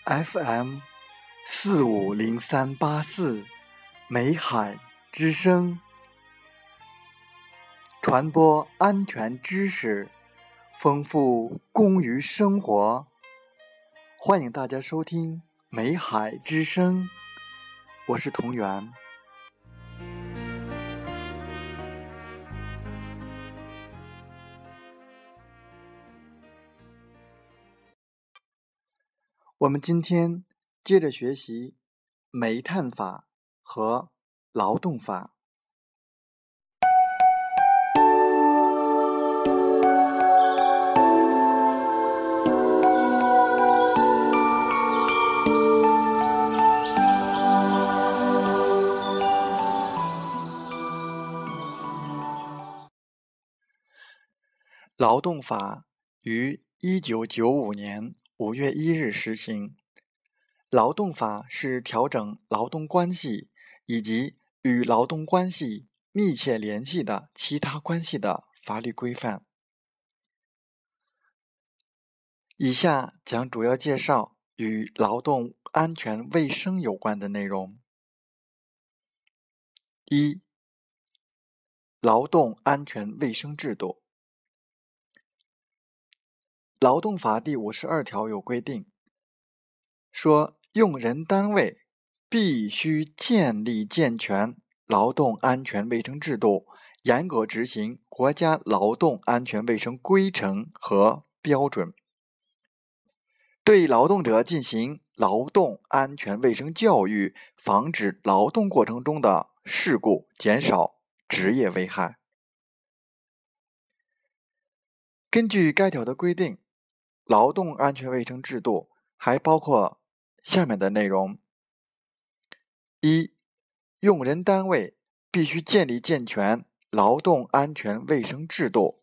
FM 450384美海之声，传播安全知识，丰富工于生活。欢迎大家收听美海之声，我是同源。我们今天接着学习煤炭法和劳动法。劳动法于1995年5月1日实行。劳动法是调整劳动关系以及与劳动关系密切联系的其他关系的法律规范。以下将主要介绍与劳动安全卫生有关的内容。1、劳动安全卫生制度。劳动法第52条有规定，说用人单位必须建立健全劳动安全卫生制度，严格执行国家劳动安全卫生规程和标准，对劳动者进行劳动安全卫生教育，防止劳动过程中的事故，减少职业危害。根据该条的规定，劳动安全卫生制度还包括下面的内容： 1、用人单位必须建立健全劳动安全卫生制度。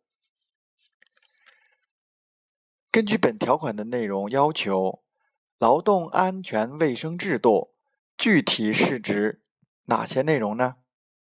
根据本条款的内容要求，劳动安全卫生制度具体是指哪些内容呢？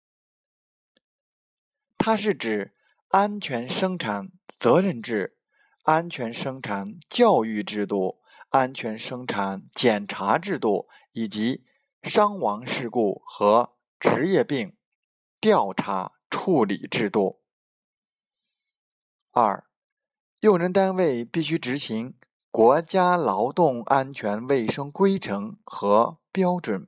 它是指安全生产责任制、安全生产教育制度、安全生产检查制度以及伤亡事故和职业病调查处理制度。2、用人单位必须执行国家劳动安全卫生规程和标准。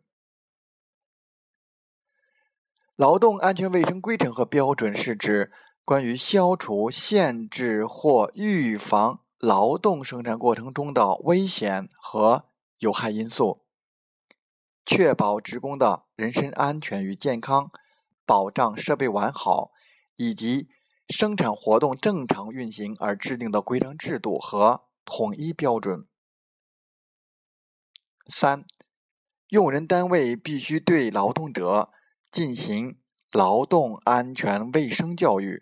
劳动安全卫生规程和标准是指关于消除、限制或预防劳动生产过程中的危险和有害因素，确保职工的人身安全与健康，保障设备完好以及生产活动正常运行而制定的规章制度和统一标准。3、用人单位必须对劳动者进行劳动安全卫生教育。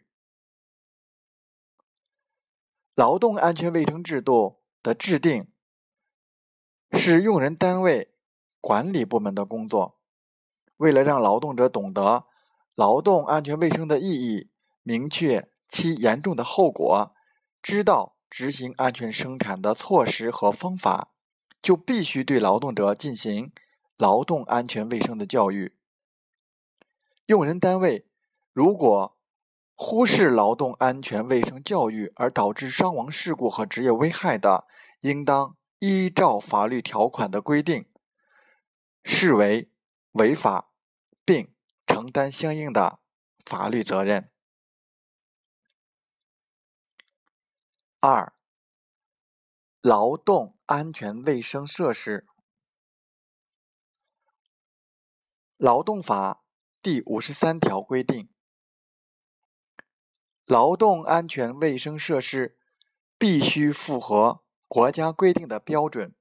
劳动安全卫生制度的制定是用人单位管理部门的工作。为了让劳动者懂得劳动安全卫生的意义，明确其严重的后果，知道执行安全生产的措施和方法，就必须对劳动者进行劳动安全卫生的教育。用人单位如果忽视劳动安全卫生教育而导致伤亡事故和职业危害的，应当依照法律条款的规定视为违法，并承担相应的法律责任。2、劳动安全卫生设施。劳动法第53条规定，劳动安全卫生设施必须符合国家规定的标准。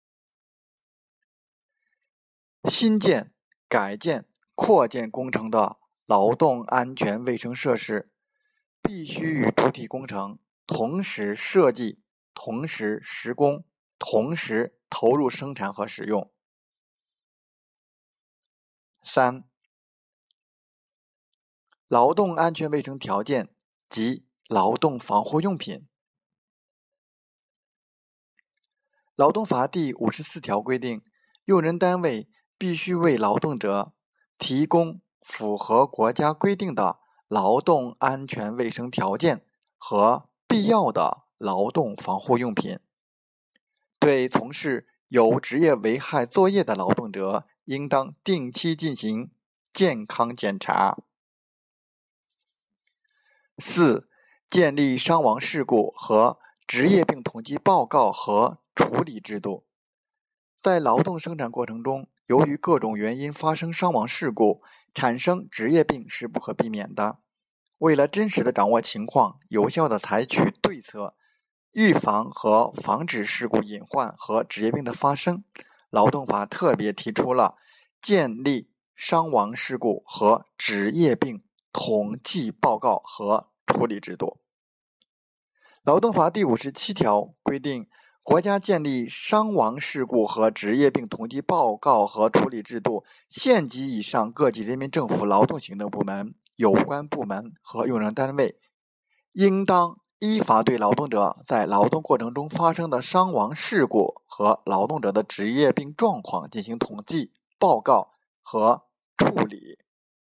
新建、改建、扩建工程的劳动安全卫生设施必须与主体工程同时设计、同时施工、同时投入生产和使用。3、劳动安全卫生条件及劳动防护用品。 劳动法第54条规定，用人单位必须为劳动者提供符合国家规定的劳动安全卫生条件和必要的劳动防护用品。对从事有职业危害作业的劳动者，应当定期进行健康检查。4. 建立伤亡事故和职业病统计报告和处理制度。在劳动生产过程中，由于各种原因发生伤亡事故，产生职业病是不可避免的。为了真实的掌握情况，有效的采取对策，预防和防止事故隐患和职业病的发生，劳动法特别提出了建立伤亡事故和职业病统计报告和处理制度。劳动法第57条规定，国家建立伤亡事故和职业病统计报告和处理制度，县级以上各级人民政府劳动行政部门、有关部门和用人单位，应当依法对劳动者在劳动过程中发生的伤亡事故和劳动者的职业病状况进行统计、报告和处理。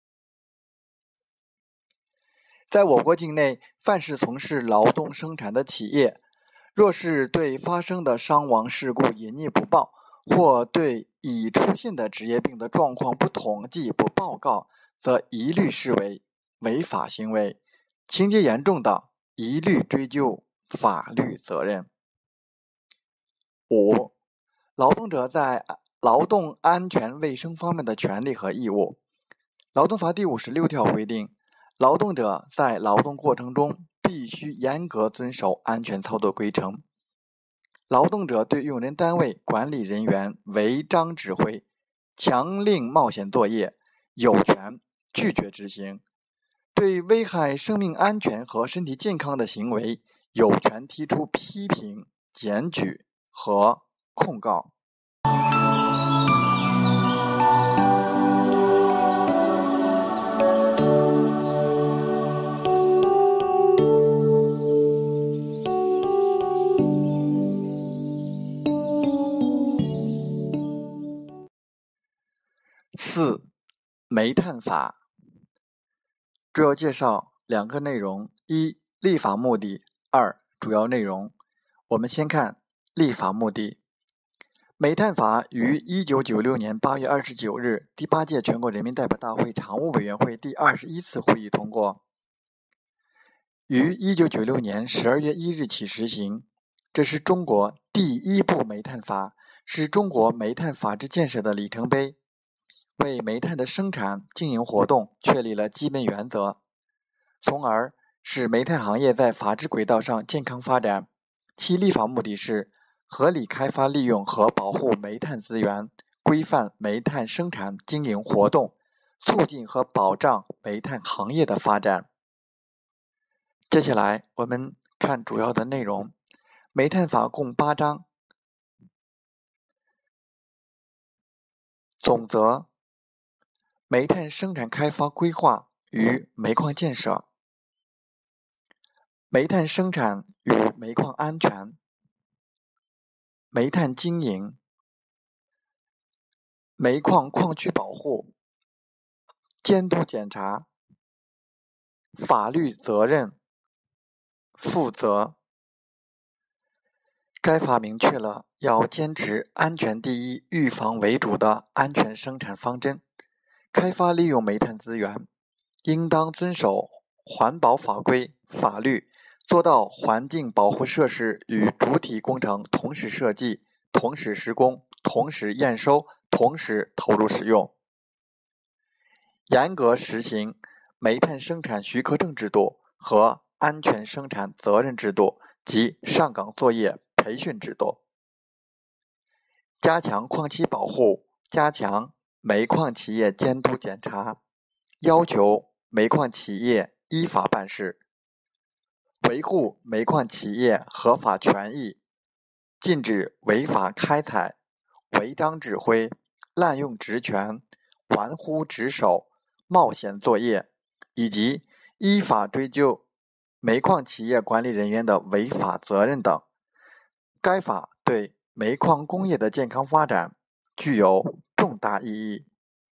在我国境内，凡是从事劳动生产的企业，若是对发生的伤亡事故隐匿不报，或对已出现的职业病的状况不统计、不报告，则一律视为违法行为，情节严重的，一律追究法律责任。5. 劳动者在劳动安全卫生方面的权利和义务。劳动法第56条规定，劳动者在劳动过程中必须严格遵守安全操作规程。劳动者对用人单位管理人员违章指挥、强令冒险作业，有权拒绝执行；对危害生命安全和身体健康的行为，有权提出批评、检举和控告。4. 煤炭法主要介绍两个内容：一、立法目的；二、主要内容。我们先看立法目的。煤炭法于1996年8月29日第8届全国人民代表大会常务委员会第21次会议通过，于1996年12月1日起实行。这是中国第一部煤炭法，是中国煤炭法治建设的里程碑，为煤炭的生产经营活动确立了基本原则，从而使煤炭行业在法治轨道上健康发展。其立法目的是合理开发利用和保护煤炭资源，规范煤炭生产经营活动，促进和保障煤炭行业的发展。接下来我们看主要的内容。煤炭法共8章。总则：煤炭生产开发规划与煤矿建设，煤炭生产与煤矿安全，煤炭经营，煤矿矿区保护，监督检查，法律责任，负责。该法明确了要坚持安全第一、预防为主的安全生产方针，开发利用煤炭资源，应当遵守环保法规、法律，做到环境保护设施与主体工程同时设计、同时施工、同时验收、同时投入使用。严格实行煤炭生产许可证制度和安全生产责任制度及上岗作业培训制度，加强矿期保护，加强煤矿企业监督检查，要求煤矿企业依法办事，维护煤矿企业合法权益，禁止违法开采、违章指挥、滥用职权、玩忽职守、冒险作业，以及依法追究煤矿企业管理人员的违法责任等。该法对煤矿工业的健康发展具有重大意义。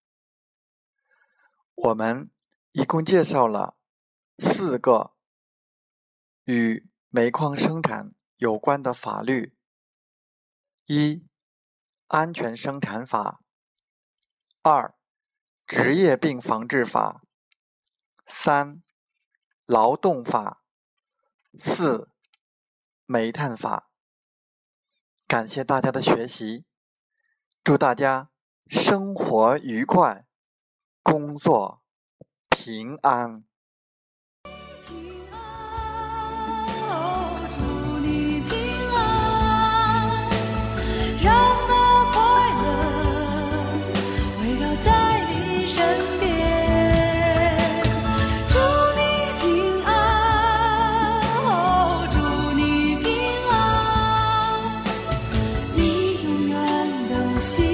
我们一共介绍了4个与煤矿生产有关的法律：1、安全生产法； 2、职业病防治法； 3、劳动法； 4、煤炭法。感谢大家的学习，祝大家生活愉快，工作平安。 祝你平安，让那快乐围绕在你身边。祝你平安，祝你平安，你永远都幸福。